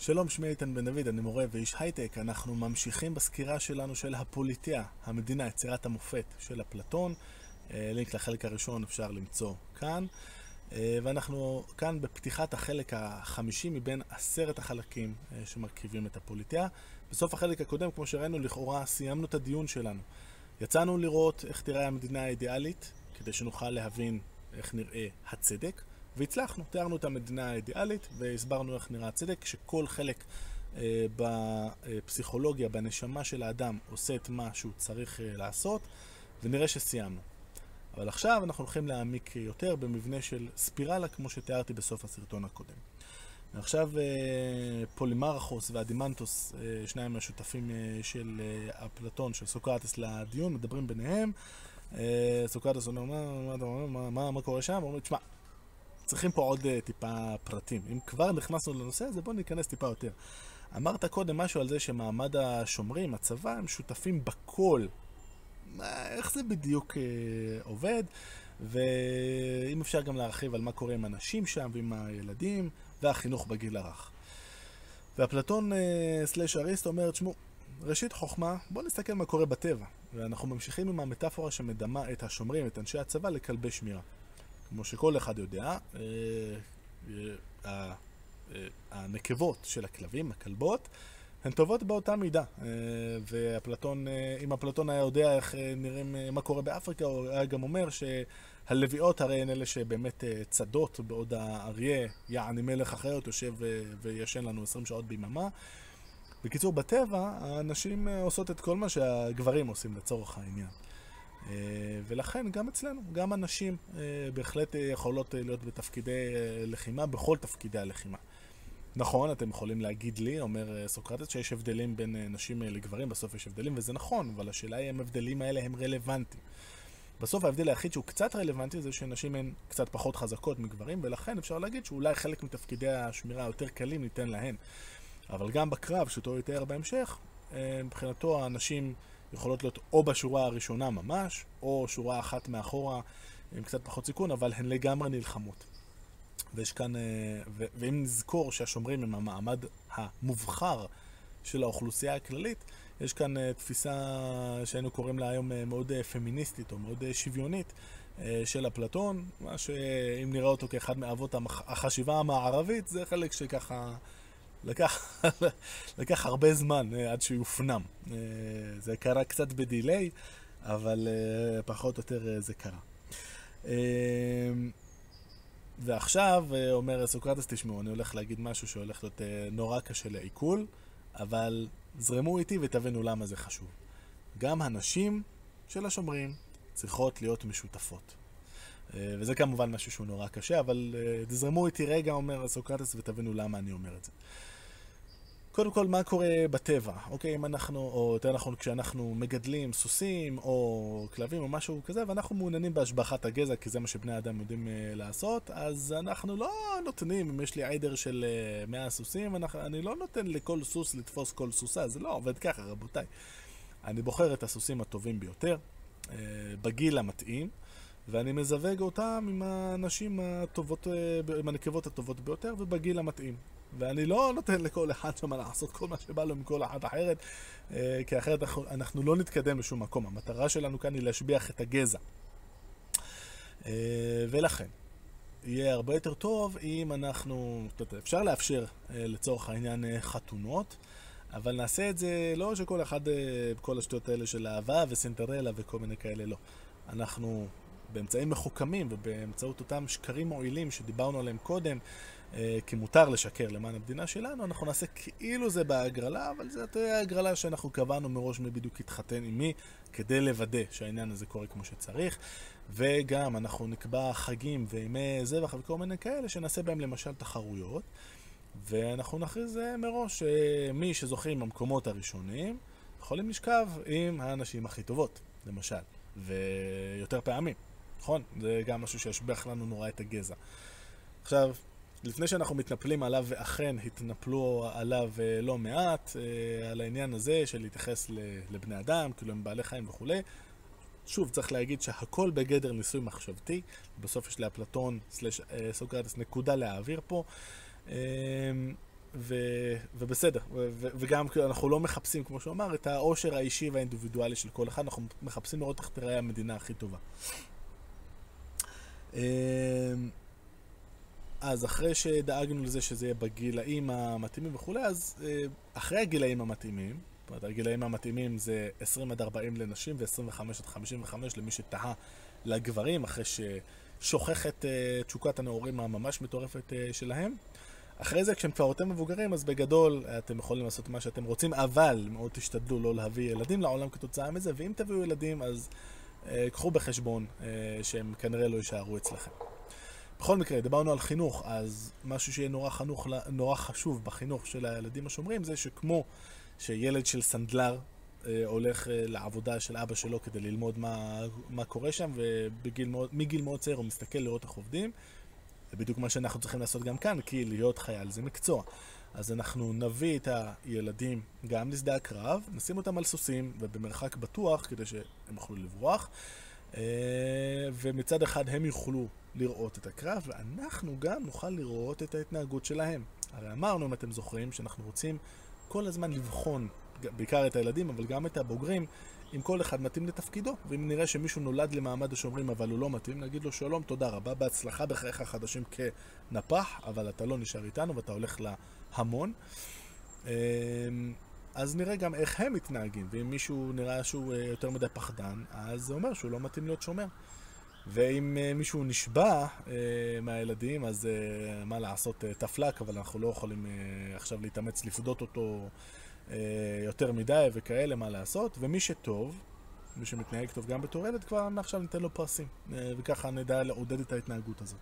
שלום, שמי איתן בן דוד, אני מורה ואיש הייטק. אנחנו ממשיכים בסקירה שלנו של הפוליטיה, המדינה, יצירת המופת של אפלטון. לינק לחלק הראשון אפשר למצוא כאן. ואנחנו כאן בפתיחת החלק החמישי מבין 10 החלקים שמרכיבים את הפוליטיה. בסוף החלק הקודם, כמו שראינו, לכאורה סיימנו את הדיון שלנו. יצאנו לראות איך תראה המדינה האידיאלית, כדי שנוכל להבין איך נראה הצדק. והצלחנו, תיארנו את המדינה האידיאלית והסברנו איך נראה הצדק, שכל חלק בפסיכולוגיה, בנשמה של האדם, עושה את מה שהוא צריך לעשות, ונראה שסיימנו. אבל עכשיו אנחנו הולכים להעמיק יותר במבנה של ספירלה, כמו שתיארתי בסוף הסרטון הקודם. ועכשיו פולימרכוס ואדימנטוס, שניים מהשותפים של אפלטון, של סוקרטס לדיון, מדברים ביניהם. סוקרטס אומר, מה קורה שם? הוא אומר, תשמע, צריכים פה עוד טיפה פרטים. אם כבר נכנסנו לנושא הזה, בואו ניכנס טיפה יותר. אמרת קודם משהו על זה שמעמד השומרים, הצבא, הם שותפים בכל. איך זה בדיוק עובד? ואם אפשר גם להרחיב על מה קורה עם אנשים שם ועם הילדים, והחינוך בגיל הרך. ואפלטון סלש אריסטו אומר, תשמעו, ראשית חוכמה, בואו נסתכל מה קורה בטבע. ואנחנו ממשיכים עם המטאפורה שמדמה את השומרים, את אנשי הצבא, לכלבי שמירה. כמו שכל אחד יודע, הנקבות של הכלבים, הכלבות, הן טובות באותה מידה. ואפלטון, אם אפלטון היה יודע איך נראים, מה קורה באפריקה, הוא היה גם אומר שהלוויות הרי הן אלה שבאמת צדות, בעוד האריה, יעני מלך החיות, יושב וישן לנו 20 שעות ביממה. בקיצור, בטבע, האנשים עושות את כל מה שהגברים עושים לצורך העניין. ולכן גם אצלנו, גם הנשים בהחלט יכולות להיות בתפקידי לחימה, בכל תפקידי הלחימה. נכון, אתם יכולים להגיד לי, אומר סוקרטס, שיש הבדלים בין נשים לגברים, בסוף יש הבדלים, וזה נכון, אבל השאלה היא אם ההבדלים האלה הם רלוונטיים. בסוף ההבדל היחיד שהוא קצת רלוונטי זה שנשים הן קצת פחות חזקות מגברים, ולכן אפשר להגיד שאולי חלק מתפקידי השמירה היותר קלים ניתן להן. אבל גם בקרב, שאותו יתאר בהמשך, מבחינתו האנשים יכולות להיות או בשורה הראשונה ממש, או שורה אחת מאחורה עם קצת פחות סיכון, אבל הן לגמרי נלחמות. ויש כאן, ואם נזכור שהשומרים הם המעמד המובחר של האוכלוסייה הכללית, יש כאן תפיסה שהיינו קוראים לה היום מאוד פמיניסטית או מאוד שוויונית של אפלטון, מה שאם נראה אותו כאחד מאבות החשיבה המערבית, זה חלק שככה לקח הרבה זמן עד שיופנם. זה קרה קצת בדיליי, אבל פחות או יותר זה קרה. ועכשיו אומר סוקרטס, תשמעו, אני הולך להגיד משהו שהולך להיות נורא קשה לעיכול, אבל זרמו איתי ותבינו למה זה חשוב. גם הנשים של השומרים צריכות להיות משותפות. וזה כמובן משהו שהוא נורא קשה, אבל תזרמו איתי רגע, אומר סוקרטס, ותבינו למה אני אומר את זה. קודם כל, מה קורה בטבע? אוקיי, אם אנחנו, או יותר נכון, כשאנחנו מגדלים סוסים או כלבים או משהו כזה, ואנחנו מעוניינים בהשבחת הגזע, כי זה מה שבני האדם יודעים לעשות, אז אנחנו לא נותנים, אם יש לי עדר של 100 סוסים, אני לא נותן לכל סוס לתפוס כל סוסה, זה לא עובד ככה, רבותיי. אני בוחר את הסוסים הטובים ביותר, בגיל המתאים, ואני מזווג אותם עם הנשים הטובות, עם הנקבות הטובות ביותר, ובגיל המתאים. ואני לא נותן לכל אחד שם לעשות כל מה שבא לו מכל אחת אחרת, כי אחרת אנחנו לא נתקדם לשום מקום. המטרה שלנו כאן היא להשביח את הגזע. ולכן, יהיה הרבה יותר טוב אם אנחנו, אפשר לאפשר לצורך העניין חתונות, אבל נעשה את זה לא שכל אחד, בכל השטויות האלה של אהבה וסינטרלה וכל מיני כאלה, לא. אנחנו באמצעים מחוכמים ובאמצעות אותם שקרים מועילים שדיברנו עליהם קודם, כי מותר לשקר למען המדינה שלנו, אנחנו נעשה כאילו זה בהגרלה, אבל זה תהיה הגרלה שאנחנו קבענו מראש מי בדיוק יתחתן עם מי, כדי לוודא שהעניין הזה קורה כמו שצריך, וגם אנחנו נקבע חגים וימי זבח וכל מיני כאלה שנעשה בהם למשל תחרויות, ואנחנו נכריז מראש מי שזוכים במקומות הראשונים יכולים לשכב עם האנשים הכי טובות, למשל, ויותר פעמים, נכון? זה גם משהו שישבח לנו נורא את הגזע. עכשיו, לפני שאנחנו מתנפלים עליו, ואכן התנפלו עליו לא מעט, על העניין הזה של להתייחס לבני אדם, כאילו הם בעלי חיים וכו'. שוב, צריך להגיד שהכל בגדר ניסוי מחשבתי. בסוף יש לאפלטון סוקרטס נקודה להעביר פה. ובסדר, וגם אנחנו לא מחפשים, כמו שהוא אמר, את העושר האישי והאינדיבידואלי של כל אחד, אנחנו מחפשים לראות איך תראה המדינה הכי טובה. אז אחרי שדאגנו לזה שזה יהיה בגילאים המתאימים וכו', אז אחרי הגילאים המתאימים, זאת אומרת, הגילאים המתאימים זה 20 עד 40 לנשים ו-25 עד 55 למי שתהה לגברים, אחרי ששוכח את תשוקת הנעורים הממש מטורפת שלהם. אחרי זה, כשהם כבר יותר מבוגרים, אז בגדול אתם יכולים לעשות מה שאתם רוצים, אבל מאוד תשתדלו לא להביא ילדים לעולם כתוצאה מזה, ואם תביאו ילדים, אז קחו בחשבון שהם כנראה לא יישארו אצלכם. בכל מקרה, דיברנו על חינוך, אז משהו שיהיה נורא חשוב בחינוך של הילדים השומרים, זה שכמו שילד של סנדלר הולך לעבודה של אבא שלו כדי ללמוד מה קורה שם, ומגיל מאוד צעיר הוא מסתכל לראות איך עובדים, זה בדיוק מה שאנחנו צריכים לעשות גם כאן, כי להיות חייל זה מקצוע. אז אנחנו נביא את הילדים גם לשדה הקרב, נשים אותם על סוסים ובמרחק בטוח כדי שהם יוכלו לברוח, ומצד אחד הם יוכלו לראות את הקרב, ואנחנו גם נוכל לראות את ההתנהגות שלהם. הרי אמרנו, אם אתם זוכרים, שאנחנו רוצים כל הזמן לבחון, בעיקר את הילדים, אבל גם את הבוגרים, אם כל אחד מתאים לתפקידו, ואם נראה שמישהו נולד למעמד השומרים אבל הוא לא מתאים, נגיד לו שלום, תודה רבה, בהצלחה בחייך החדשים כנפח, אבל אתה לא נשאר איתנו ואתה הולך להמון. אז נראה גם איך הם מתנהגים, ואם מישהו נראה שהוא יותר מדי פחדן, אז זה אומר שהוא לא מתאים להיות שומר. ואם מישהו נשבע מהילדים, אז מה לעשות, תפלק, אבל אנחנו לא יכולים עכשיו להתאמץ לפדות אותו יותר מדי וכאלה, מה לעשות. ומי שטוב, מי שמתנהג טוב גם בתור ילד, כבר עכשיו ניתן לו פרסים, וככה נדע לעודד את ההתנהגות הזאת.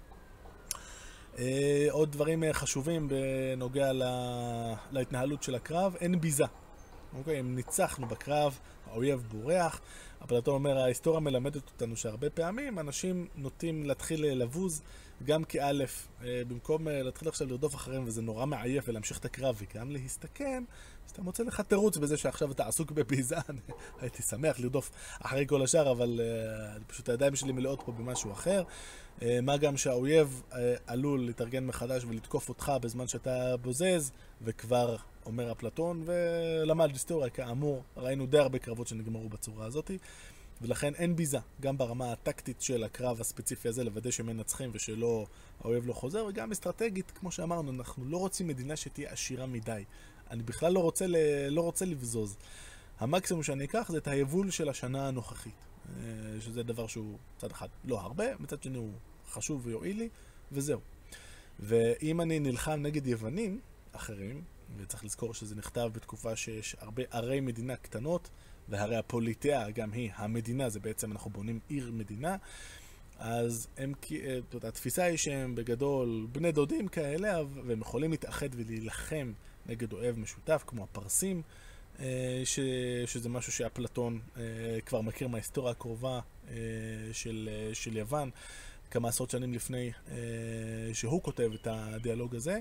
עוד דברים חשובים בנוגע להתנהלות של הקרב, אין ביזה. אוקיי, אם ניצחנו בקרב, האויב בורח. אפלטון אומר, ההיסטוריה מלמדת אותנו שהרבה פעמים אנשים נוטים להתחיל לבוז, גם כאלף, במקום להתחיל עכשיו לרדוף אחריהם, וזה נורא מעייף ולהמשיך את הקרב וגם להסתכן, אז אתה מוצא לך תירוץ בזה שעכשיו אתה עסוק בביזה. הייתי שמח לרדוף אחרי כל השאר, אבל פשוט הידיים שלי מלאות פה במשהו אחר. מה גם שהאויב עלול להתארגן מחדש ולתקוף אותך בזמן שאתה בוזז, וכבר אומר אפלטון, ולמד היסטוריה, כאמור, ראינו די הרבה קרבות שנגמרו בצורה הזאת, ולכן אין ביזה, גם ברמה הטקטית של הקרב הספציפי הזה, לוודא שמנצחים ושלא, האויב לא חוזר, וגם אסטרטגית, כמו שאמרנו, אנחנו לא רוצים מדינה שתהיה עשירה מדי. אני בכלל לא רוצה לבזוז. המקסימום שאני אקח זה את היבול של השנה הנוכחית, שזה דבר שהוא מצד אחד לא הרבה, מצד שני הוא חשוב ויועיל לי, וזהו. ואם אני נלחם נגד יוונים אחרים, וצריך לזכור שזה נכתב בתקופה שיש הרבה ערי מדינה קטנות, והרי הפוליטאה גם היא, המדינה, זה בעצם אנחנו בונים עיר מדינה, אז התפיסה היא שהם בגדול בני דודים כאלה, והם יכולים להתאחד ולהילחם נגד אוהב משותף, כמו הפרסים, שזה משהו שאפלטון כבר מכיר מההיסטוריה הקרובה של יוון, כמה עשרות שנים לפני שהוא כותב את הדיאלוג הזה.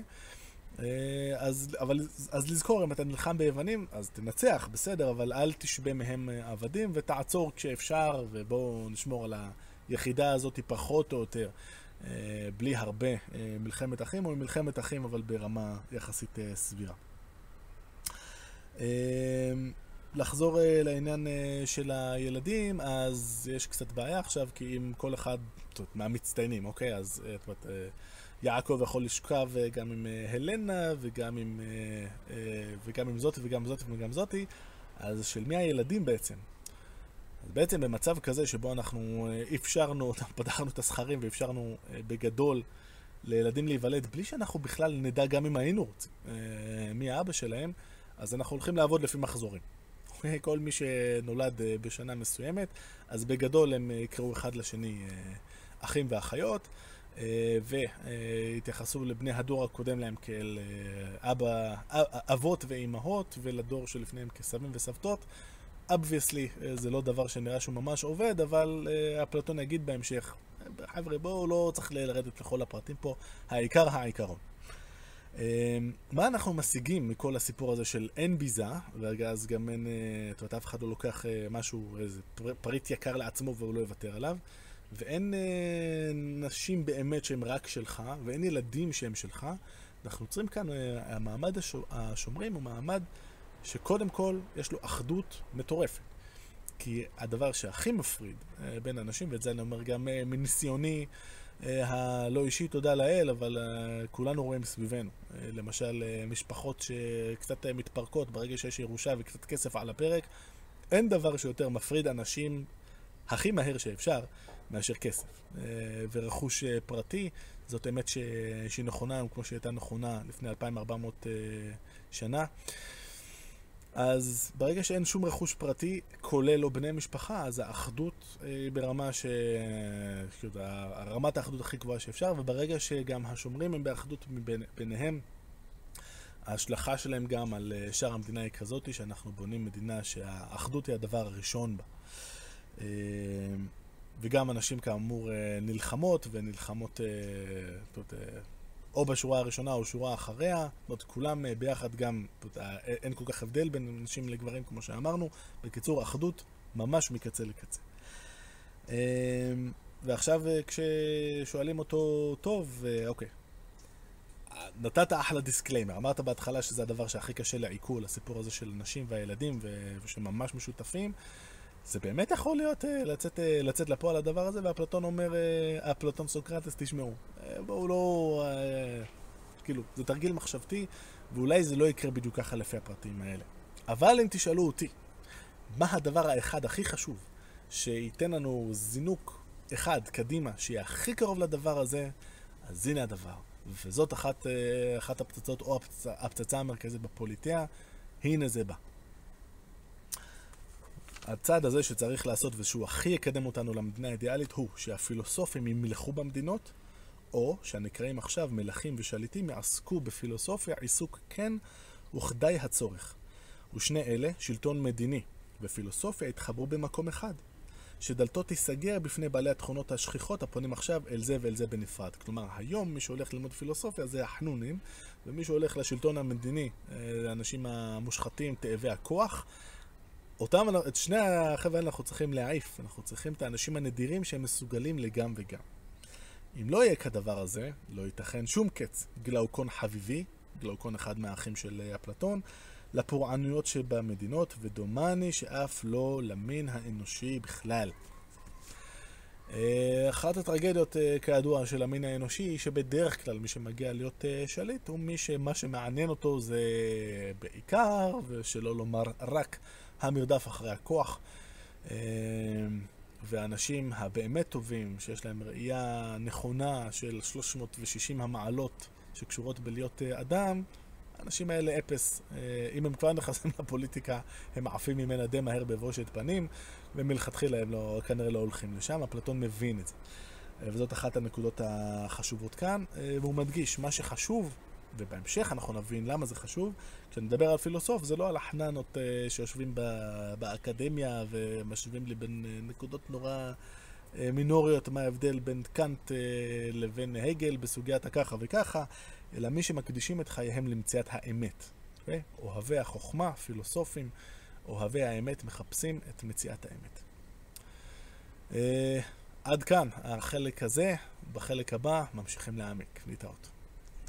אז לזכור, אם אתה נלחם ביוונים, אז תנצח, בסדר, אבל אל תשבה מהם עבדים, ותעצור כשאפשר, ובואו נשמור על היחידה הזאת פחות או יותר, בלי הרבה מלחמת אחים, או מלחמת אחים, אבל ברמה יחסית סבירה. לחזור לעניין של הילדים, אז יש קצת בעיה עכשיו, כי אם כל אחד מהמצטיינים, אוקיי, אז יעקב יכול לשכב גם עם הלנה, וגם עם זאתי, וגם זאתי, וגם זאתי, אז של מי הילדים בעצם? אז בעצם במצב כזה שבו אנחנו אפשרנו, פתחנו את הסכרים ואפשרנו בגדול לילדים להיוולד, בלי שאנחנו בכלל נדע גם אם היינו רוצים מי האבא שלהם, אז אנחנו הולכים לעבוד לפי מחזורים. כל מי שנולד בשנה מסוימת, אז בגדול הם יקראו אחד לשני אחים ואחיות, והתייחסו לבני הדור הקודם להם כאל אבות ואימהות, ולדור שלפניהם כסבים וסבתות. obviously זה לא דבר שנראה שהוא ממש עובד, אבל אפלטון יגיד בהמשך, חבר'ה, בואו לא צריך לרדת לכל הפרטים פה, העיקר העיקרון. מה אנחנו משיגים מכל הסיפור הזה של אין ביזה, ואז גם אין, אף אחד לא לוקח משהו, איזה פריט יקר לעצמו והוא לא יוותר עליו, ואין נשים באמת שהם רק שלך, ואין ילדים שהם שלך, אנחנו יוצרים כאן, המעמד השומרים הוא מעמד שקודם כל יש לו אחדות מטורפת. כי הדבר שהכי מפריד בין אנשים, ואת זה אני אומר גם מניסיוני הלא אישי, תודה לאל, אבל כולנו רואים סביבנו. למשל, משפחות שקצת מתפרקות ברגע שיש ירושה וקצת כסף על הפרק, אין דבר שיותר מפריד אנשים הכי מהר שאפשר מאשר כסף. ורכוש פרטי, זאת אמת שהיא נכונה, כמו שהייתה נכונה לפני 2400 שנה. אז ברגע שאין שום רכוש פרטי, כולל או בני משפחה, אז האחדות ברמה רמת האחדות הכי גבוהה שאפשר, וברגע שגם השומרים הם באחדות ביניהם, ההשלכה שלהם גם על שאר המדינה היא כזאת, שאנחנו בונים מדינה שהאחדות היא הדבר הראשון בה. וגם אנשים כאמור נלחמות, ונלחמות או בשורה הראשונה או שורה אחריה, זאת אומרת, כולם ביחד גם, אין כל כך הבדל בין נשים לגברים כמו שאמרנו, בקיצור, אחדות ממש מקצה לקצה. ועכשיו כששואלים אותו, טוב, אוקיי, נתת אחלה דיסקליימר, אמרת בהתחלה שזה הדבר שהכי קשה לעיכול, הסיפור הזה של נשים והילדים ושממש משותפים, זה באמת יכול להיות לצאת לפועל הדבר הזה, והפלטון אומר, הפלטון סוקרטס, תשמעו, בואו לא, כאילו, זה תרגיל מחשבתי, ואולי זה לא יקרה בדיוק ככה לפי הפרטים האלה. אבל אם תשאלו אותי, מה הדבר האחד הכי חשוב, שייתן לנו זינוק אחד קדימה, שיהיה הכי קרוב לדבר הזה, אז הנה הדבר. וזאת אחת הפצצות, או הפצצה המרכזית בפוליטיה, הנה זה בא. הצעד הזה שצריך לעשות ושהוא הכי יקדם אותנו למדינה האידיאלית הוא שהפילוסופים ימלכו במדינות, או שהנקראים עכשיו מלכים ושליטים יעסקו בפילוסופיה עיסוק כן וכדי הצורך. ושני אלה, שלטון מדיני ופילוסופיה, יתחברו במקום אחד, שדלתו תיסגר בפני בעלי התכונות השכיחות הפונים עכשיו אל זה ואל זה בנפרד. כלומר, היום מי שהולך ללמוד פילוסופיה זה החנונים, ומי שהולך לשלטון המדיני, האנשים המושחתים, תאבי הכוח, את שני החבר'ה אנחנו צריכים להעיף, אנחנו צריכים את האנשים הנדירים שהם מסוגלים לגם וגם. אם לא יהיה כדבר הזה, לא ייתכן שום קץ גלאוקון חביבי, גלאוקון אחד מהאחים של אפלטון, לפורענויות שבמדינות, ודומני שאף לא למין האנושי בכלל. אחת הטרגדיות כידוע של המין האנושי היא שבדרך כלל מי שמגיע להיות שליט הוא מי שמה שמעניין אותו זה בעיקר, ושלא לומר רק, המרדף אחרי הכוח. והאנשים הבאמת טובים שיש להם ראייה נכונה של 360 המעלות שקשורות בלהיות אדם, האנשים האלה אפס. אם הם כבר נכנסים לפוליטיקה הם עפים ממנה די מהר בבושת פנים, ומלכתחילה הם כנראה לא הולכים לשם. אפלטון מבין את זה, וזאת אחת הנקודות החשובות כאן, והוא מדגיש מה שחשוב, ובהמשך אנחנו נבין למה זה חשוב. כשנדבר על פילוסוף זה לא על החננות שיושבים באקדמיה ומשווים לי בין נקודות נורא מינוריות מה ההבדל בין קאנט לבין הגל בסוגיית הככה וככה, אלא מי שמקדישים את חייהם למציאת האמת. אוהבי החוכמה, פילוסופים, אוהבי האמת מחפשים את מציאת האמת. עד כאן החלק הזה. בחלק הבא ממשיכים להעמיק. להתראות.